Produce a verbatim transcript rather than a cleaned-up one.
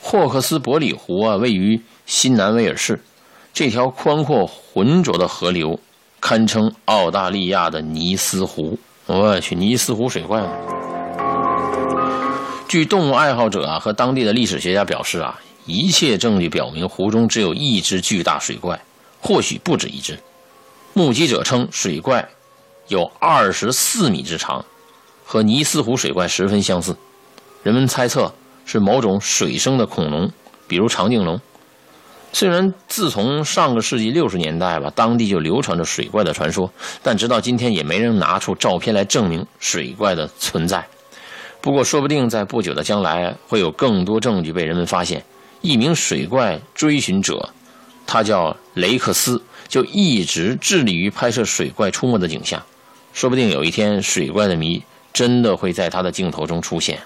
霍克斯伯里湖啊，位于新南威尔士，这条宽阔浑浊的河流堪称澳大利亚的尼斯湖。我去，尼斯湖水怪吗？据动物爱好者啊和当地的历史学家表示啊，一切证据表明湖中只有一只巨大水怪，或许不止一只。目击者称水怪有二十四米之长，和尼斯湖水怪十分相似。人们猜测是某种水生的恐龙，比如长颈龙。虽然自从上个世纪六十年代吧，当地就流传着水怪的传说，但直到今天也没人拿出照片来证明水怪的存在。不过说不定在不久的将来会有更多证据被人们发现。一名水怪追寻者，他叫雷克斯，就一直致力于拍摄水怪出没的景象。说不定有一天水怪的谜真的会在他的镜头中出现。